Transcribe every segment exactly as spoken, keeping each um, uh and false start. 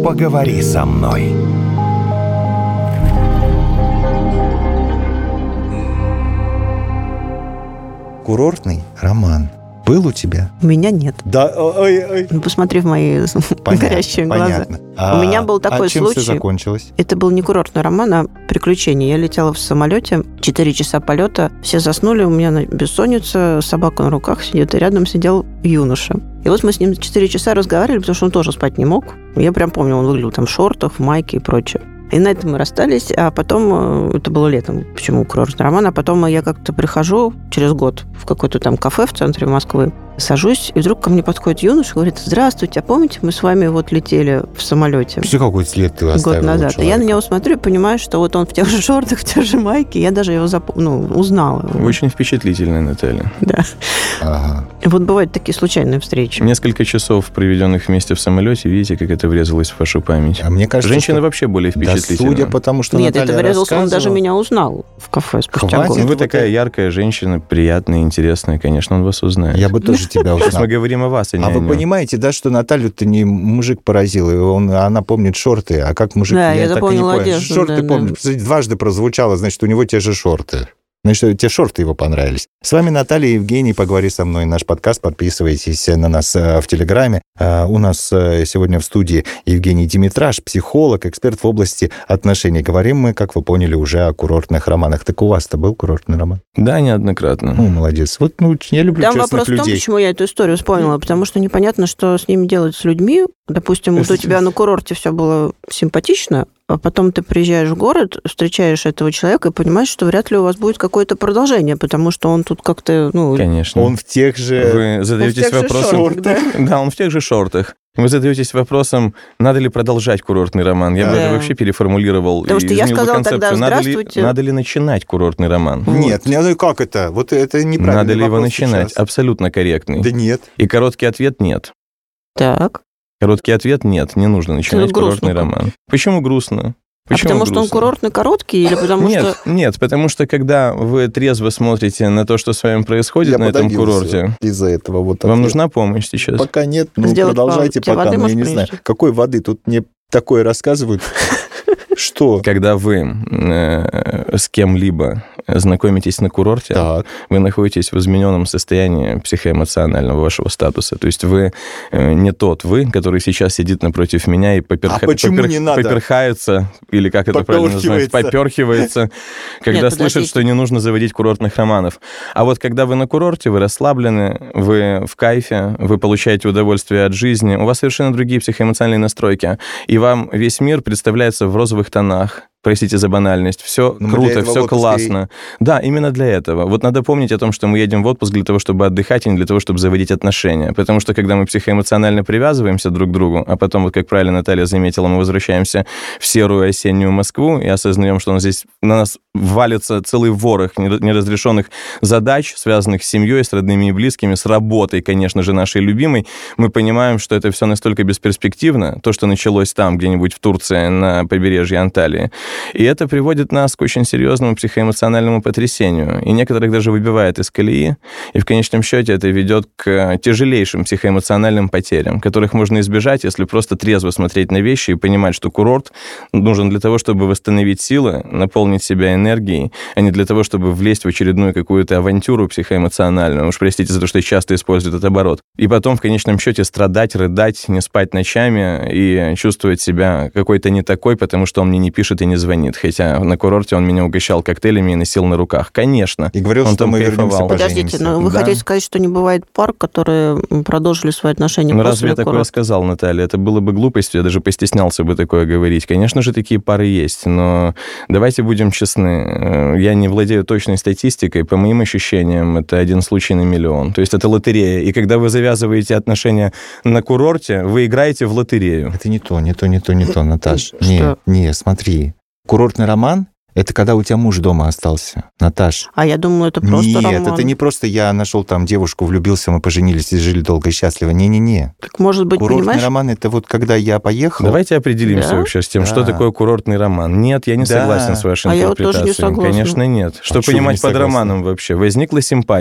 поговори со мной. Курортный роман был у тебя? У меня нет. Да, ой, ой. Ну, посмотри в мои Понятно, горящие глаза. понятно. А, у меня был такой а чем случай. все закончилось? Это был не курортный роман, а приключение. Я летела в самолете, четыре часа полета, все заснули, у меня бессонница, собака на руках сидит, и рядом сидел юноша. И вот мы с ним четыре часа разговаривали, потому что он тоже спать не мог. Я прям помню, он выглядел там в шортах, в майке и прочее. И на этом мы расстались, а потом, это было летом, почему курортный роман, а потом я как-то прихожу через год в какое-то там кафе в центре Москвы, сажусь, и вдруг ко мне подходит юноша и говорит: здравствуйте, а помните, мы с вами вот летели в самолете? Все какой след ты оставил Год назад. И я на него смотрю и понимаю, что вот он в тех же шортах, в тех же майке, я даже его зап... ну, узнала. Вы очень впечатлительная, Наталья. Да. Ага. И вот бывают такие случайные встречи. Несколько часов, проведенных вместе в самолете, видите, как это врезалось в вашу память. А мне кажется, Женщины что... вообще более впечатлительны. Да, судя по тому, что Нет, Наталья это врезался, он даже рассказывала... меня узнал в кафе спустя Хватит. год. Ну, вы вот такая это- яркая женщина, приятная, интересная, конечно, он вас узнает. Я бы тоже тебя Сейчас узнал. мы говорим о вас, а не А о вы нем. понимаете, да, что Наталью-то не мужик поразил, и он, она помнит шорты, а как мужик... Да, я так и не запомнила понял. одежду, Шорты да, помню. да. Посмотрите, дважды прозвучало, значит, у него те же шорты. Значит, те шорты его понравились. С вами Наталья и Евгений. Поговори со мной. Наш подкаст. Подписывайтесь на нас в Телеграме. У нас сегодня в студии Евгений Димитраш, психолог, эксперт в области отношений. Говорим мы, как вы поняли, уже о курортных романах. Так у вас-то был курортный роман? Да, неоднократно. Ну, молодец. Вот, ну, я люблю Там честных вопрос в том, людей. почему я эту историю вспомнила, потому что непонятно, что с ними делать с людьми. Допустим, вот у тебя на курорте все было симпатично, а потом ты приезжаешь в город, встречаешь этого человека и понимаешь, что вряд ли у вас будет какое-то продолжение, потому что он тут как-то, ну... Конечно. Он в тех же... Вы задаетесь Он в тех же вопросом... шортах, да? Да, он в тех же шортах. Вы задаетесь вопросом, надо ли продолжать курортный роман. Я Да. бы это вообще переформулировал. Потому и что я изменил бы сказала концепцию. тогда: надо ли, «Здравствуйте». надо ли начинать курортный роман? Нет, ну и как это? Вот это неправильно. Надо ли его начинать? Абсолютно корректный. Да нет. И короткий ответ – нет. Так. Короткий ответ – нет, не нужно начинать грустно курортный как-то. роман. Почему грустно? А Почему потому что он грустно? курортный короткий или потому нет, что... нет, потому что когда вы трезво смотрите на то, что с вами происходит Я на этом подавился курорте, из-за этого. Вот вам ответ. нужна помощь сейчас? Пока нет, ну Сделать продолжайте паузу. Тебе пока, воды, но я может, не знаю. принести? Какой воды? Тут мне такое рассказывают. Что? Когда вы э, с кем-либо знакомитесь на курорте, Так. вы находитесь в измененном состоянии психоэмоционального вашего статуса. То есть вы э, не тот вы, который сейчас сидит напротив меня и поперха... А почему не надо? поперхается, или как это правильно называется, поперхивается, когда Нет, слышит, подождите. что не нужно заводить курортных романов. А вот когда вы на курорте, вы расслаблены, вы в кайфе, вы получаете удовольствие от жизни, у вас совершенно другие психоэмоциональные настройки, и вам весь мир представляется в розовых тонах. Простите за банальность. Все Но мы для круто, этого в все отпуск классно. Да, именно для этого. Вот надо помнить о том, что мы едем в отпуск для того, чтобы отдыхать, а не для того, чтобы заводить отношения. Потому что, когда мы психоэмоционально привязываемся друг к другу, а потом, вот как правильно Наталья заметила, мы возвращаемся в серую осеннюю Москву и осознаем, что у нас здесь на нас валится целый ворох неразрешенных задач, связанных с семьей, с родными и близкими, с работой, конечно же, нашей любимой, мы понимаем, что это все настолько бесперспективно, то, что началось там, где-нибудь в Турции, на побережье Анталии. И это приводит нас к очень серьезному психоэмоциональному потрясению. И некоторых даже выбивает из колеи. И в конечном счете это ведет к тяжелейшим психоэмоциональным потерям, которых можно избежать, если просто трезво смотреть на вещи и понимать, что курорт нужен для того, чтобы восстановить силы, наполнить себя энергией, а не для того, чтобы влезть в очередную какую-то авантюру психоэмоциональную. Уж простите за то, что я часто использую этот оборот. И потом, в конечном счете, страдать, рыдать, не спать ночами и чувствовать себя какой-то не такой, потому что он мне не пишет и не звонит, хотя на курорте он меня угощал коктейлями и носил на руках. Конечно. И говорил, он что там мы кайфовал. вернемся, Подождите, поженимся. но вы Да. хотите сказать, что не бывает пар, которые продолжили свои отношения Ну, после разве я такое курорта? сказал, Наталья? Это было бы глупостью, я даже постеснялся бы такое говорить. Конечно же, такие пары есть, но давайте будем честны. Я не владею точной статистикой. По моим ощущениям, это один случай на миллион. То есть это лотерея. И когда вы завязываете отношения на курорте, вы играете в лотерею. Это не то, не то, не то, не то, Наташ. Что? Не, не, смотри. Курортный роман — это когда у тебя муж дома остался, Наташ. А я думаю, это просто Нет, роман. это не просто я нашел там девушку, влюбился, мы поженились и жили долго и счастливо. Не-не-не. Так, может быть, Курортный понимаешь? роман — это вот когда я поехал. Давайте определимся Да? вообще с тем, Да. что такое курортный роман. Нет, я не Да. согласен с вашей А я вот тоже интерпретацией. не согласна. Конечно, нет. Что А чё вы понимать не под согласны? романом вообще? Возникла симпатия.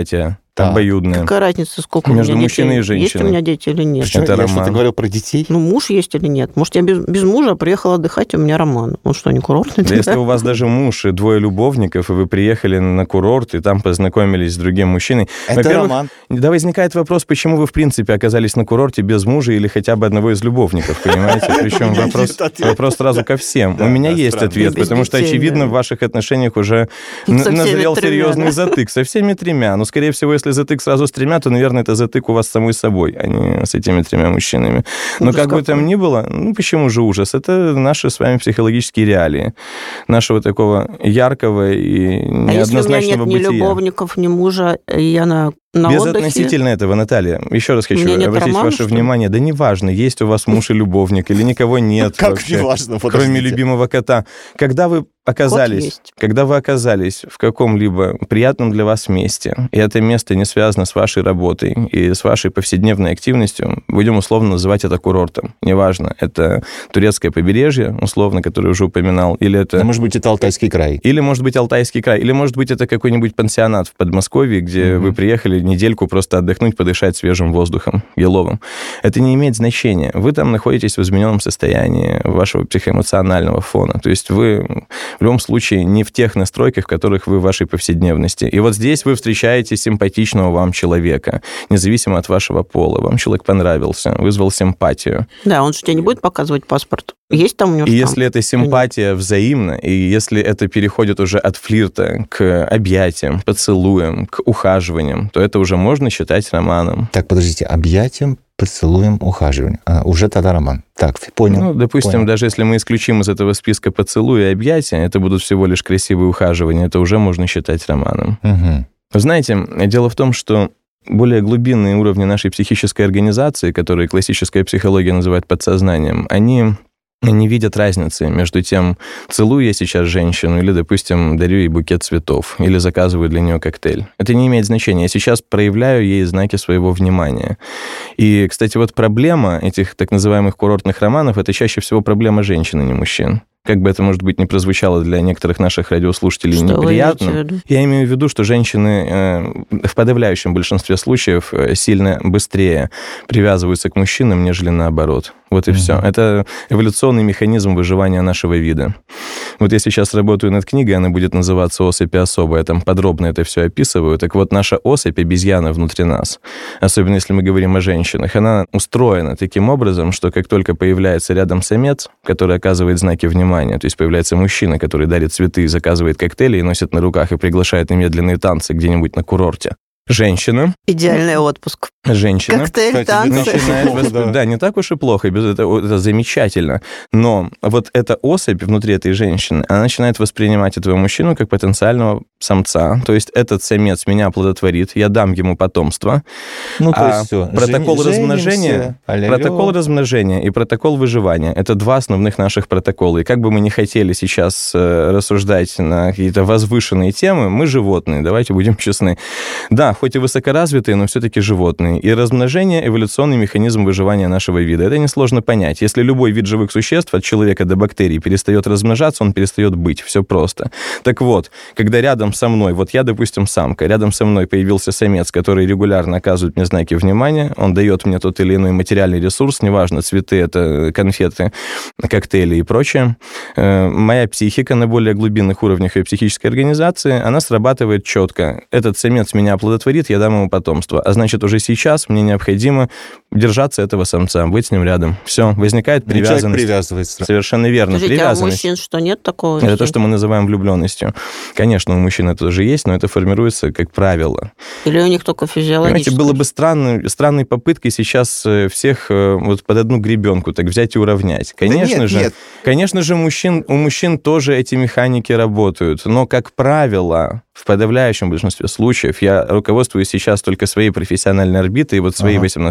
Так. обоюдное. Какая разница, сколько Между у меня мужчиной детей? и женщиной. Есть у меня дети или нет? Причем Это я роман. что-то говорил про детей. Ну, муж есть или нет? Может, я без, без мужа приехала отдыхать, у меня роман. Он что, не курортный? Да если у вас даже муж и двое любовников, и вы приехали на курорт, и там познакомились с другим мужчиной... Это во-первых, роман. Да, возникает вопрос, почему вы, в принципе, оказались на курорте без мужа или хотя бы одного из любовников, понимаете? Причем вопрос, вопрос сразу ко всем. Да, у меня да, есть странно. ответ, Без потому что, детей, очевидно, да. в ваших отношениях уже Со н- всеми назрел тремя, серьезный да. затык. Со всеми тремя. Но, скорее всего, если затык сразу с тремя, то, наверное, это затык у вас с самой собой, а не с этими тремя мужчинами. Но Ужас как бы там какой. ни было, ну почему же ужас? Это наши с вами психологические реалии. Нашего такого яркого и А если у меня неоднозначного нет ни бытия. любовников, ни мужа, и я на, на отдыхе? Безотносительно этого, Наталья, еще раз У хочу меня нет обратить романа, ваше что ли? внимание. Да неважно, есть у вас муж и любовник, или никого нет Как вообще, неважно, кроме подождите. любимого кота. Когда вы оказались, есть. когда вы оказались в каком-либо приятном для вас месте, и это место не связано с вашей работой и с вашей повседневной активностью, будем условно называть это курортом. Неважно, это турецкое побережье, условно, которое уже упоминал, или это... Да, может быть, это Алтайский край. Или, может быть, Алтайский край, или, может быть, это какой-нибудь пансионат в Подмосковье, где Мгм. вы приехали недельку просто отдохнуть, подышать свежим воздухом, еловым. Это не имеет значения. Вы там находитесь в измененном состоянии вашего психоэмоционального фона. То есть вы в любом случае не в тех настройках, в которых вы в вашей повседневности. И вот здесь вы встречаете симпатичного вам человека, независимо от вашего пола. Вам человек понравился, вызвал симпатию. Да, он же тебе не будет показывать паспорт. Есть там у него И штамп? если эта симпатия взаимна, и если это переходит уже от флирта к объятиям, поцелуям, к ухаживаниям, то это уже можно считать романом. Так, подождите, объятием, поцелуем, ухаживанием. А, уже тогда роман. Так, понял. Ну, допустим, понял. даже если мы исключим из этого списка поцелуи и объятия, это будут всего лишь красивые ухаживания, это уже можно считать романом. Мгм. Вы знаете, дело в том, что более глубинные уровни нашей психической организации, которые классическая психология называет подсознанием, они не видят разницы между тем, целую я сейчас женщину или, допустим, дарю ей букет цветов или заказываю для нее коктейль. Это не имеет значения. Я сейчас проявляю ей знаки своего внимания. И, кстати, вот проблема этих так называемых курортных романов — это чаще всего проблема женщин, а не мужчин. Как бы это, может быть, не прозвучало для некоторых наших радиослушателей Что вы неприятно. имеете в виду? Я имею в виду, что женщины э, в подавляющем большинстве случаев э, сильно быстрее привязываются к мужчинам, нежели наоборот. Вот и Мгм. все. Это эволюционный механизм выживания нашего вида. Вот я сейчас работаю над книгой, она будет называться «Особь и особо». Я там подробно это все описываю. Так вот, наша особь, обезьяна внутри нас, особенно если мы говорим о женщинах, она устроена таким образом, что как только появляется рядом самец, который оказывает знаки внимания, то есть появляется мужчина, который дарит цветы, заказывает коктейли и носит на руках и приглашает на медленные танцы где-нибудь на курорте. Женщина, Идеальный отпуск. женщина Коктейль, Кстати, не танцы. так уж и начинает плохо, восп- да. да. не так уж и плохо, без этого это замечательно. Но вот эта особь внутри этой женщины, она начинает воспринимать этого мужчину как потенциального самца. То есть этот самец меня оплодотворит, я дам ему потомство. Ну, то А есть все. протокол размножения, протокол размножения и протокол выживания — это два основных наших протокола. И как бы мы ни хотели сейчас э, рассуждать на какие-то возвышенные темы, мы животные, давайте будем честны. Да, хоть и высокоразвитые, но все-таки животные. И размножение — эволюционный механизм выживания нашего вида. Это несложно понять. Если любой вид живых существ, от человека до бактерий, перестает размножаться, он перестает быть. Все просто. Так вот, когда рядом со мной, вот я, допустим, самка, рядом со мной появился самец, который регулярно оказывает мне знаки внимания, он дает мне тот или иной материальный ресурс, неважно, цветы, это конфеты, коктейли и прочее, э, моя психика на более глубинных уровнях ее психической организации, она срабатывает четко. Этот самец меня оплодотворит, я дам ему потомство. А значит, уже сейчас мне необходимо держаться этого самца, быть с ним рядом. Все, возникает Человек привязанность. привязывается. Совершенно верно, Подождите, а у привязанность. мужчин что, нет такого? Это то, инстинкта? что мы называем влюбленностью. Конечно, у мужчин это тоже есть, но это формируется как правило. Или у них только физиологически? Понимаете, было бы странно, странной попыткой сейчас э, всех э, вот под одну гребенку так взять и уравнять. Конечно Да нет, же, нет. конечно же, мужчин, у мужчин тоже эти механики работают, но, как правило, в подавляющем большинстве случаев, я руководствуюсь сейчас только своей профессиональной орбитой и вот своей Ага. восемнадцатилетней практикой,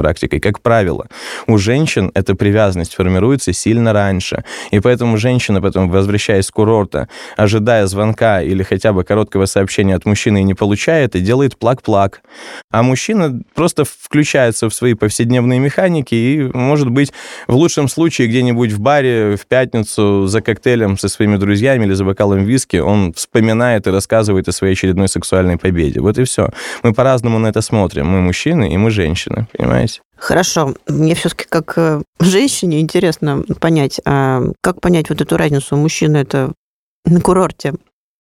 практикой. Как правило, у женщин эта привязанность формируется сильно раньше. И поэтому женщина потом, возвращаясь с курорта, ожидая звонка или хотя бы короткого сообщения от мужчины и не получает, и делает плак-плак. А мужчина просто включается в свои повседневные механики и, может быть, в лучшем случае где-нибудь в баре в пятницу за коктейлем со своими друзьями или за бокалом виски он вспоминает и рассказывает о своей очередной сексуальной победе. Вот и все. Мы по-разному на это смотрим. Мы мужчины и мы женщины, понимаете? Хорошо. Мне все-таки как женщине интересно понять, а как понять вот эту разницу? У мужчины это на курорте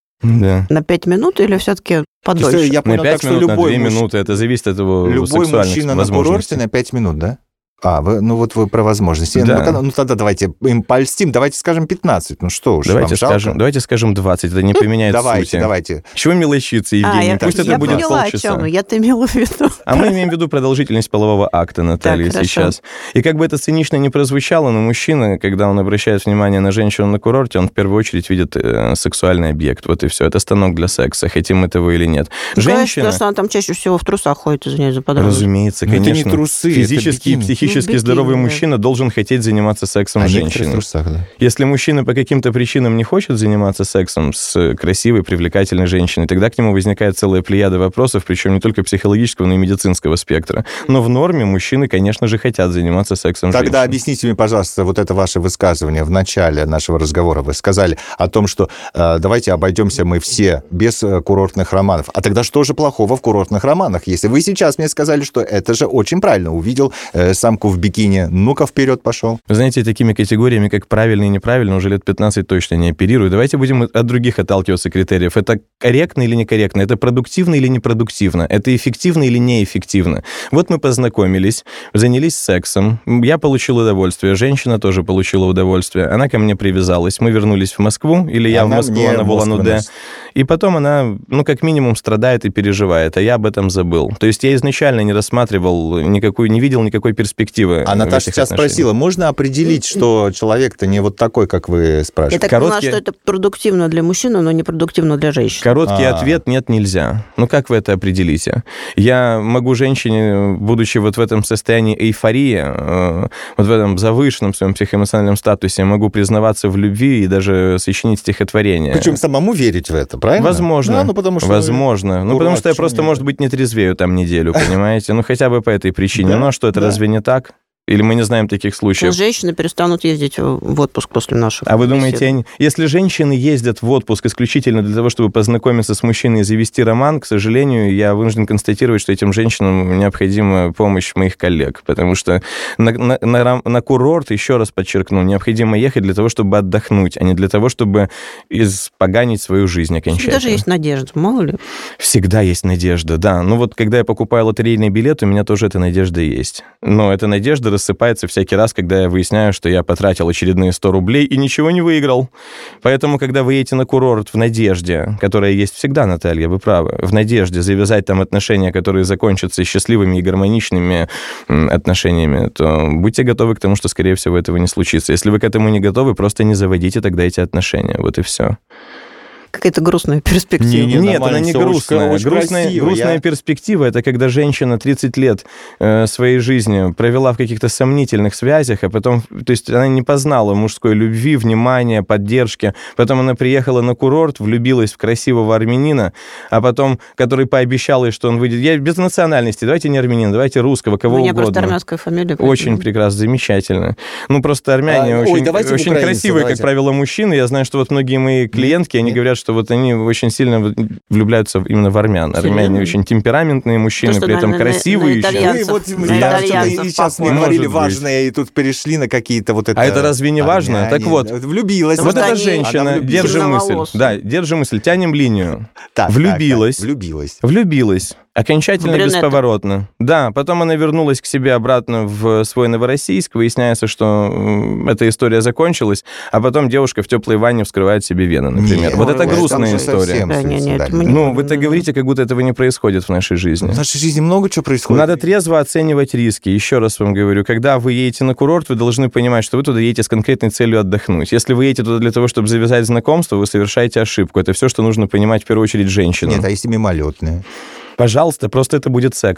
да. на пять минут или все-таки подольше? Я понял, на пять так, минут, что любой на две муж... минуты. Это зависит от его любой сексуальных мужчина на возможностей. курорте на пять минут, да? А, вы, ну вот вы про возможности. Да. Ну, ну тогда давайте им польстим, давайте скажем пятнадцать. Ну что уж, Давайте вам жалко? скажем, давайте скажем двадцать, это не поменяет Давайте, сути. давайте. Чего мелочиться, Евгений? А, я, Пусть я это будет поняла, полчаса. о чем. Я-то имела в виду. А мы имеем в виду продолжительность полового акта, Наталья, Так, сейчас. И как бы это цинично не прозвучало, но мужчина, когда он обращает внимание на женщину на курорте, он в первую очередь видит э, сексуальный объект. Вот и все. Это станок для секса, хотим мы того или нет. Ну, Женщина... конечно, потому что она там чаще всего в трусах ходит, извиняюсь за подробности. Разумеется, Но это конечно. не трусы, Физически и это бикини. психически Ну, здоровый бикини, да. мужчина должен хотеть заниматься сексом А с некоторые в женщиной. трусах, да. Если мужчина по каким-то причинам не хочет заниматься сексом с красивой, привлекательной женщиной, тогда к нему возникает целая плеяда вопросов, причем не только психологического, но и медицинского спектра. Но в норме мужчины, конечно же, хотят заниматься сексом с женщиной. Тогда объясните мне, пожалуйста, вот это ваше высказывание в начале нашего разговора. Вы сказали о том, что э, давайте обойдемся мы все без э, курортных романов. А тогда что же плохого в курортных романах? Если вы сейчас мне сказали, что это же очень правильно. Увидел э, самку в бикини, ну-ка вперед пошел. Вы знаете, такими категориями, как правильно и неправильно, уже лет пятнадцать точно не оперирую. Давайте будем от других отталкиваться критериев. Это корректно или некорректно? Это продуктивно или непродуктивно? Это эффективно или неэффективно? Вот мы познакомились, занялись сексом, я получил удовольствие, женщина тоже получила удовольствие, она ко мне привязалась, мы вернулись в Москву, или я Она в Москву, мне она в мозг Улан-Удэ, выносит. и потом она, ну, как минимум, страдает и переживает, а я об этом забыл. То есть я изначально не рассматривал никакую, не видел никакой перспективы. А Наташа сейчас спросила, можно определить, что человек-то не вот такой, как вы Я спрашиваете? так Короткий- поняла, что это продуктивно для мужчины, но не продуктивно для женщин. Короткий А. ответ – нет, нельзя. Ну, как вы это определите? Я могу женщине, будучи вот в этом состоянии эйфории, э, вот в этом завышенном своем психоэмоциональном статусе, могу признаваться в любви и даже сочинить стихотворение. Причем самому верить в это, правильно? Возможно. Да, ну, потому что... Возможно. Ну, дурак, потому что я почему просто, нет? может быть, не трезвею там неделю, понимаете? Ну, хотя бы по этой причине. Да, Ну, а что, это да. разве не так? Или мы не знаем таких случаев? Сейчас женщины перестанут ездить в отпуск после наших А вы думаете, бесед. они... если женщины ездят в отпуск исключительно для того, чтобы познакомиться с мужчиной и завести роман, к сожалению, я вынужден констатировать, что этим женщинам необходима помощь моих коллег, потому что на, на, на, на курорт, еще раз подчеркну, необходимо ехать для того, чтобы отдохнуть, а не для того, чтобы испоганить свою жизнь окончательно. Даже есть надежда, мало ли. Всегда есть надежда, да. Ну вот, когда я покупаю лотерейный билет, у меня тоже эта надежда есть. Но эта надежда рассыпается всякий раз, когда я выясняю, что я потратил очередные сто рублей и ничего не выиграл. Поэтому, когда вы едете на курорт в надежде, которая есть всегда, Наталья, вы правы, в надежде завязать там отношения, которые закончатся счастливыми и гармоничными м, отношениями, то будьте готовы к тому, что, скорее всего, этого не случится. Если вы к этому не готовы, просто не заводите тогда эти отношения. Вот и все. Какая-то грустная перспектива. Не, не, Нет, нормально, она не всё очень- грустная. очень грустная красиво, грустная я- перспектива – это когда женщина тридцать лет э, своей жизни провела в каких-то сомнительных связях, а потом, то есть она не познала мужской любви, внимания, поддержки. Потом она приехала на курорт, влюбилась в красивого армянина, а потом, который пообещал ей, что он выйдет... Я без национальности, давайте не армянин, давайте русского, кого У меня угодно. просто армянская фамилия. Очень поэтому- прекрасно, замечательно. Ну, просто армяне А, ой, очень, давайте очень украинцы, красивые, давайте. как правило, мужчины. Я знаю, что вот многие мои клиентки, они Нет? говорят, что вот они очень сильно влюбляются именно в армян. Серьезно? Армяне очень темпераментные мужчины, То, что при этом на- на- красивые на еще. итальянцев. Вы вот На да, итальянцев что-то и сейчас мне похоже. говорили Может быть. важное, и тут перешли на какие-то вот это... А это разве не важно? армяне. Так вот. Влюбилась. Потому Вот что эта они- женщина, Она влюбилась. держи мысль. Темноволосые. Да, держи мысль, тянем линию. Так, так, влюбилась. так, Влюбилась. Влюбилась. Окончательно и Брюнета. бесповоротно. Да, потом она вернулась к себе обратно в свой Новороссийск, выясняется, что м, эта история закончилась, а потом девушка в теплой ванне вскрывает себе вены, например. Нет, вот это ой, грустная там же история. совсем Да, не, не, суицидально. это мы не- Ну, вы так говорите, как будто этого не происходит в нашей жизни. В нашей жизни много чего происходит. Надо трезво оценивать риски. Еще раз вам говорю, когда вы едете на курорт, вы должны понимать, что вы туда едете с конкретной целью отдохнуть. Если вы едете туда для того, чтобы завязать знакомство, вы совершаете ошибку. Это все, что нужно понимать в первую очередь женщинам. Нет, а если мимолетные? Пожалуйста, просто это будет секс.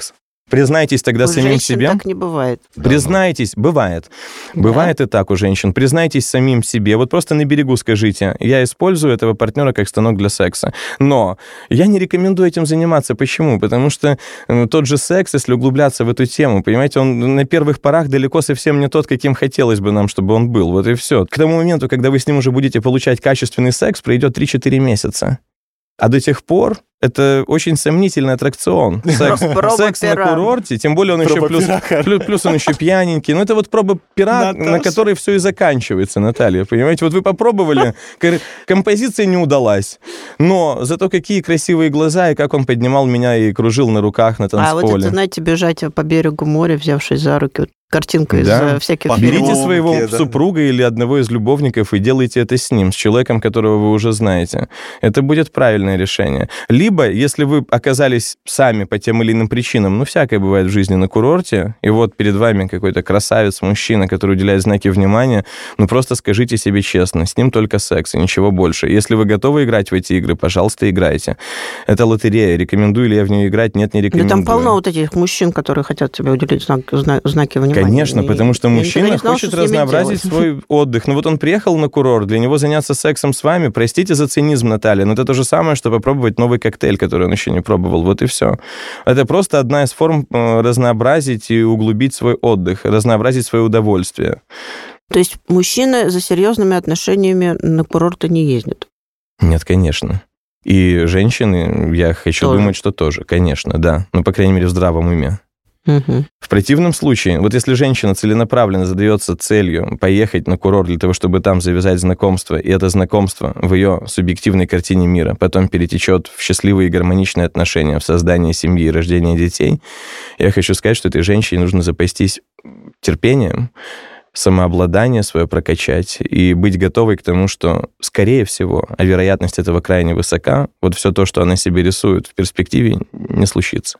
Признайтесь тогда У самим женщин себе. так не бывает. Признайтесь, бывает. Да. Бывает и так у женщин. Признайтесь самим себе. Вот просто на берегу скажите, я использую этого партнера как станок для секса. Но я не рекомендую этим заниматься. Почему? Потому что тот же секс, если углубляться в эту тему, понимаете, он на первых порах далеко совсем не тот, каким хотелось бы нам, чтобы он был. Вот и все. К тому моменту, когда вы с ним уже будете получать качественный секс, пройдет три-четыре месяца. А до тех пор это очень сомнительный аттракцион. Секс, секс на курорте, тем более он еще плюс, плюс, плюс он еще пьяненький. Ну, это вот проба пера, Наташа. На которой все и заканчивается, Наталья. Понимаете, вот вы попробовали, композиция не удалась. Но зато какие красивые глаза, и как он поднимал меня и кружил на руках на танцполе. А вот это, знаете, бежать по берегу моря, взявшись за руки, вот картинка да. из всяких фильмов. Берите фильмов. своего да. супруга или одного из любовников и делайте это с ним, с человеком, которого вы уже знаете. Это будет правильное решение. Либо, если вы оказались сами по тем или иным причинам, ну, всякое бывает в жизни на курорте, и вот перед вами какой-то красавец, мужчина, который уделяет знаки внимания, ну, просто скажите себе честно, с ним только секс и ничего больше. Если вы готовы играть в эти игры, пожалуйста, играйте. Это лотерея. Рекомендую ли я в нее играть? Нет, не рекомендую. Да там полно вот этих мужчин, которые хотят тебе уделить знак, зна, знаки внимания. Конечно, потому что мужчина знал, хочет разнообразить свой отдых. Ну вот он приехал на курорт, для него заняться сексом с вами, простите за цинизм, Наталья, но это то же самое, что попробовать новый коктейль, который он еще не пробовал. Вот и все. Это просто одна из форм разнообразить и углубить свой отдых, разнообразить свое удовольствие. То есть мужчины за серьезными отношениями на курорты не ездят? Нет, конечно. И женщины, я хочу тоже. думать, что тоже, конечно, да. Ну, по крайней мере, в здравом уме. Угу. В противном случае, вот если женщина целенаправленно задается целью поехать на курорт для того, чтобы там завязать знакомство, и это знакомство в ее субъективной картине мира потом перетечет в счастливые и гармоничные отношения, в создание семьи и рождение детей, я хочу сказать, что этой женщине нужно запастись терпением, самообладание свое прокачать и быть готовой к тому, что, скорее всего, а вероятность этого крайне высока, вот все то, что она себе рисует в перспективе, не случится.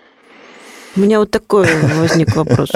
У меня вот такой возник вопрос.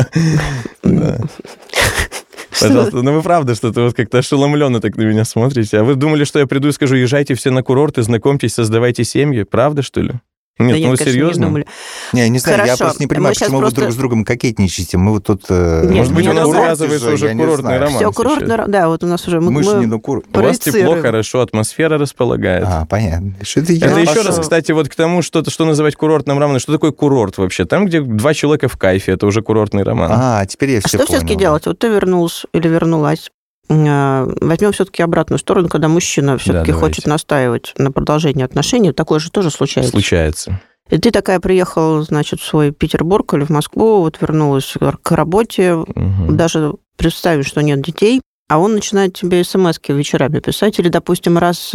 Пожалуйста, ну вы правда что-то вот как-то ошеломленно так на меня смотрите. А вы думали, что я приду и скажу, езжайте все на курорты, знакомьтесь, создавайте семьи? Правда, что ли? Нет, да ну нет, серьезно? Не, не, не знаю, Хорошо. Я просто не понимаю, Мы почему просто... вы друг с другом кокетничаете. Мы вот тут... Нет, может быть, у нас курорт, завязывается уже курортный роман. Все, курортный роман, да, вот у нас уже... Мы, мы же не на курорт. У вас тепло, хорошо, атмосфера располагает. А, понятно. Что это это еще раз, кстати, вот к тому, что, что называть курортным романом. Что такое курорт вообще? Там, где два человека в кайфе, это уже курортный роман. А, теперь я а все что понял. все-таки делать? Вот ты вернулся или вернулась. Возьмем все-таки обратную сторону, когда мужчина все-таки да, хочет настаивать на продолжении отношений. Такое же тоже случается. Случается. И ты такая приехала, значит, в свой Петербург или в Москву, вот вернулась к работе, угу. даже представив, что нет детей, а он начинает тебе смс-ки вечерами писать, или, допустим, раз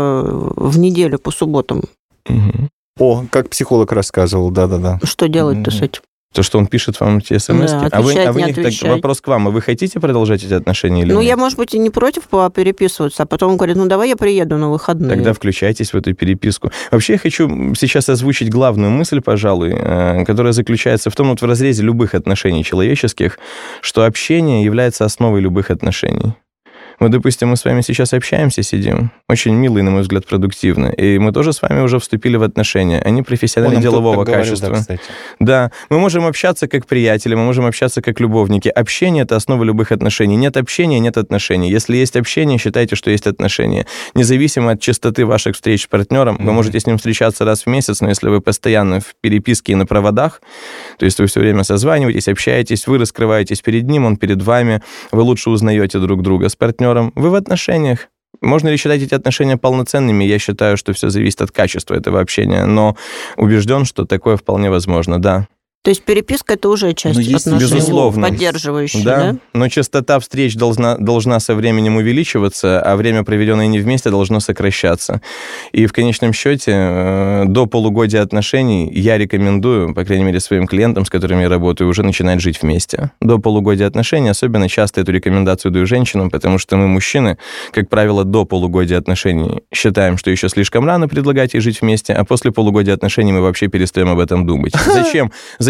в неделю по субботам. Угу. О, как психолог рассказывал, да-да-да. Что делать-то угу. с этим? То, что он пишет вам эти смс-ки. Да, а вы, а вы не них, так, вопрос к вам. А вы хотите продолжать эти отношения или ну, нет? я, может быть, и не против переписываться, а потом он говорит, ну, давай я приеду на выходные. Тогда включайтесь в эту переписку. Вообще, я хочу сейчас озвучить главную мысль, пожалуй, которая заключается в том, вот в разрезе любых отношений человеческих, что общение является основой любых отношений. Вот, допустим, мы с вами сейчас общаемся, сидим, очень мило и, на мой взгляд, продуктивно, и мы тоже с вами уже вступили в отношения, они профессионально-делового качества. Говорил, да, да, мы можем общаться как приятели, мы можем общаться как любовники. Общение — это основа любых отношений. Нет общения — нет отношений. Если есть общение, считайте, что есть отношения. Независимо от частоты ваших встреч с партнером, mm-hmm. вы можете с ним встречаться раз в месяц, но если вы постоянно в переписке и на проводах, то есть вы все время созваниваетесь, общаетесь, вы раскрываетесь перед ним, он перед вами, вы лучше узнаете друг друга. С партнером вы в отношениях. Можно ли считать эти отношения полноценными? Я считаю, что все зависит от качества этого общения, но убежден, что такое вполне возможно, да. То есть переписка – это уже часть отношений, безусловно. поддерживающая, да? да? Но частота встреч должна, должна со временем увеличиваться, а время, проведенное не вместе, должно сокращаться. И в конечном счете до полугодия отношений я рекомендую, по крайней мере, своим клиентам, с которыми я работаю, уже начинать жить вместе. До полугодия отношений особенно часто эту рекомендацию даю женщинам, потому что мы, мужчины, как правило, до полугодия отношений считаем, что еще слишком рано предлагать ей жить вместе, а после полугодия отношений мы вообще перестаем об этом думать. Зачем? Зачем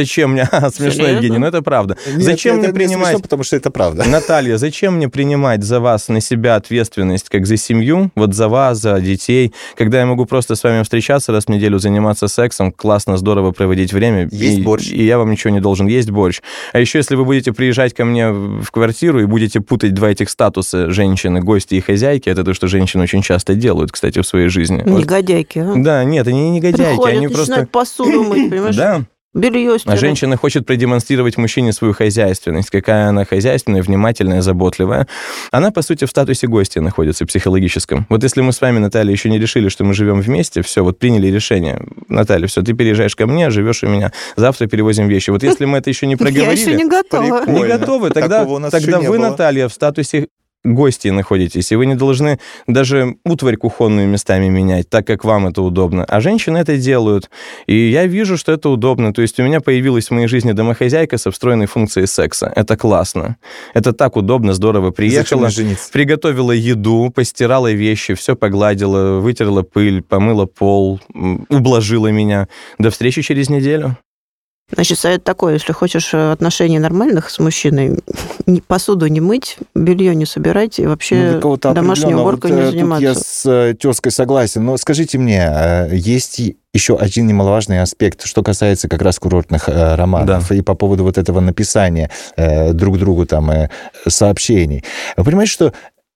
зачем мне... А, смешно, Евгений, но это правда. Нет, зачем это мне принимать... Не смешно, потому что это правда. Наталья, зачем мне принимать за вас на себя ответственность, как за семью, вот за вас, за детей, когда я могу просто с вами встречаться раз в неделю, заниматься сексом, классно, здорово проводить время. Есть и, борщ. И я вам ничего не должен. Есть борщ. А еще, если вы будете приезжать ко мне в квартиру и будете путать два этих статуса женщины, гости и хозяйки, это то, что женщины очень часто делают, кстати, в своей жизни. Негодяйки, а? Да, нет, они не негодяйки. Приходят, они начинают просто... посуду мыть, понимаешь? Да. Белье стирать. А женщина хочет продемонстрировать мужчине свою хозяйственность, какая она хозяйственная, внимательная, заботливая. Она, по сути, в статусе гостя находится, психологическом. Вот если мы с вами, Наталья, еще не решили, что мы живем вместе, все, вот приняли решение. Наталья, все, ты переезжаешь ко мне, живешь у меня, завтра перевозим вещи. Вот если мы это еще не проговорили... Я еще не готова. Не готовы, тогда, тогда вы, Наталья, в статусе гости находитесь, и вы не должны даже утварь кухонную местами менять, так как вам это удобно. А женщины это делают. И я вижу, что это удобно. То есть у меня появилась в моей жизни домохозяйка со встроенной функцией секса. Это классно. Это так удобно, здорово. Приехала, приготовила еду, постирала вещи, все погладила, вытерла пыль, помыла пол, ублажила меня. До встречи через неделю. Значит, совет такой, если хочешь отношений нормальных с мужчиной, посуду не мыть, белье не собирать и вообще ну, домашней уборкой вот, не заниматься. Тут я с тезкой согласен, но скажите мне, есть еще один немаловажный аспект, что касается как раз курортных романов, да. И по поводу вот этого написания друг другу там сообщений. Вы понимаете, что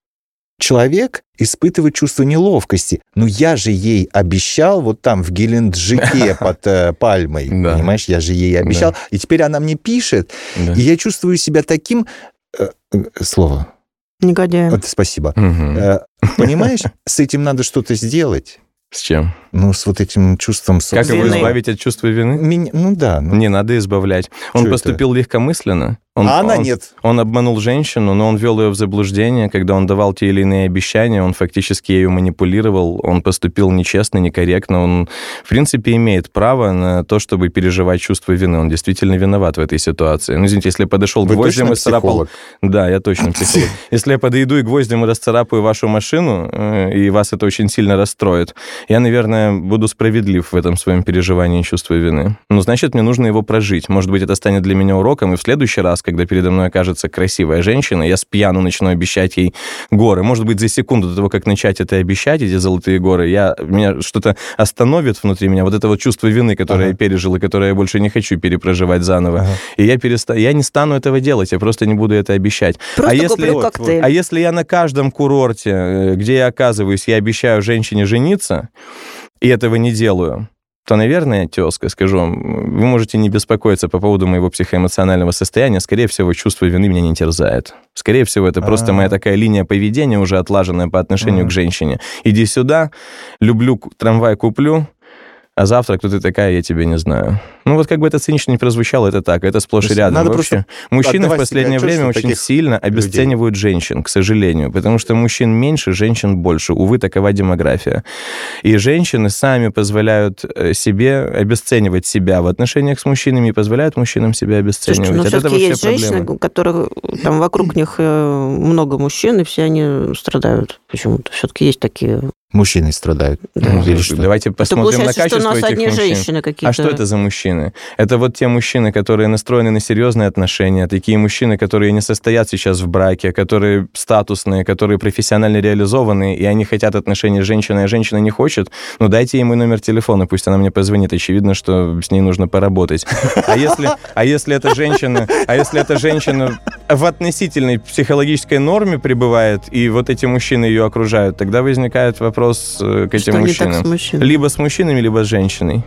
человек испытывает чувство неловкости. Ну, я же ей обещал вот там в Геленджике под э, пальмой, да. Понимаешь, я же ей обещал. Да. И теперь она мне пишет, да. И я чувствую себя таким... Э, э, слово. Негодяем. Вот, спасибо. Угу. Э, понимаешь, с этим надо что-то сделать. С чем? Ну, с вот этим чувством... Как его избавить от чувства вины? Меня, ну да. Ну... Не надо избавлять. Он что поступил это? легкомысленно. Он, а она он, нет. Он обманул женщину, но он ввел ее в заблуждение, когда он давал те или иные обещания, он фактически ею манипулировал, он поступил нечестно, некорректно. Он, в принципе, имеет право на то, чтобы переживать чувство вины. Он действительно виноват в этой ситуации. Ну, извините, если я подошел Вы гвоздем и расцарапал... Да, я точно психолог. Если я подойду и гвоздем и расцарапаю вашу машину, и вас это очень сильно расстроит, я, наверное, буду справедлив в этом своем переживании чувства вины. Ну, значит, мне нужно его прожить. Может быть, это станет для меня уроком, и в следующий раз, когда передо мной окажется красивая женщина, я с пьяну начну обещать ей горы. Может быть, за секунду до того, как начать это обещать, эти золотые горы, я, меня что-то остановит внутри меня, вот это вот чувство вины, которое ага. я пережил, и которое я больше не хочу перепроживать заново. Ага. И я, переста... я не стану этого делать, я просто не буду это обещать. Просто а если... вот, а если я на каждом курорте, где я оказываюсь, я обещаю женщине жениться, и этого не делаю, то, наверное, тезка, скажу вам, вы можете не беспокоиться по поводу моего психоэмоционального состояния. Скорее всего, чувство вины меня не терзает. Скорее всего, это просто А-а-а. моя такая линия поведения, уже отлаженная по отношению А-а-а. к женщине. Иди сюда, люблю, трамвай куплю, а завтра кто ты такая, я тебя не знаю. Ну, вот как бы это цинично не прозвучало, это так, это сплошь и рядом. Надо вообще. Мужчины в последнее время очень сильно обесценивают людей. женщин, к сожалению, потому что мужчин меньше, женщин больше. Увы, такова демография. И женщины сами позволяют себе обесценивать себя в отношениях с мужчинами и позволяют мужчинам себя обесценивать. Слушайте, но От все-таки этого есть все женщины, у которых там вокруг них много мужчин, и все они страдают. Почему-то все-таки есть такие... Мужчины страдают. Да. Ну, или что? Давайте посмотрим на качество что у нас этих одни мужчин. Женщины какие-то... А что это за мужчины? Это вот те мужчины, которые настроены на серьезные отношения, такие мужчины, которые не состоят сейчас в браке, которые статусные, которые профессионально реализованы, и они хотят отношений с женщиной, а женщина не хочет. Ну, дайте ей мой номер телефона, пусть она мне позвонит. Очевидно, что с ней нужно поработать. А если, а если эта женщина, а если эта женщина в относительной психологической норме пребывает, и вот эти мужчины ее окружают, тогда возникает вопрос к этим что мужчинам. С мужчинами? Либо с мужчинами, либо с женщиной.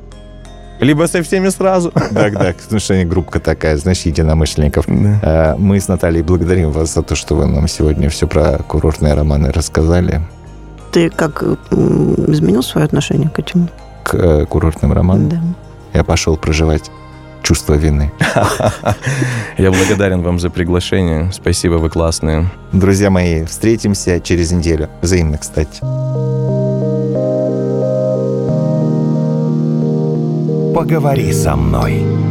Либо со всеми сразу. Так, так, потому что группка такая, значит, единомышленников. Да. Мы с Натальей благодарим вас за то, что вы нам сегодня все про курортные романы рассказали. Ты как изменил свое отношение к этим? К курортным романам? Да. Я пошел проживать чувство вины. Я благодарен вам за приглашение. Спасибо, вы классные. Друзья мои, встретимся через неделю. Взаимно, кстати. Поговори со мной.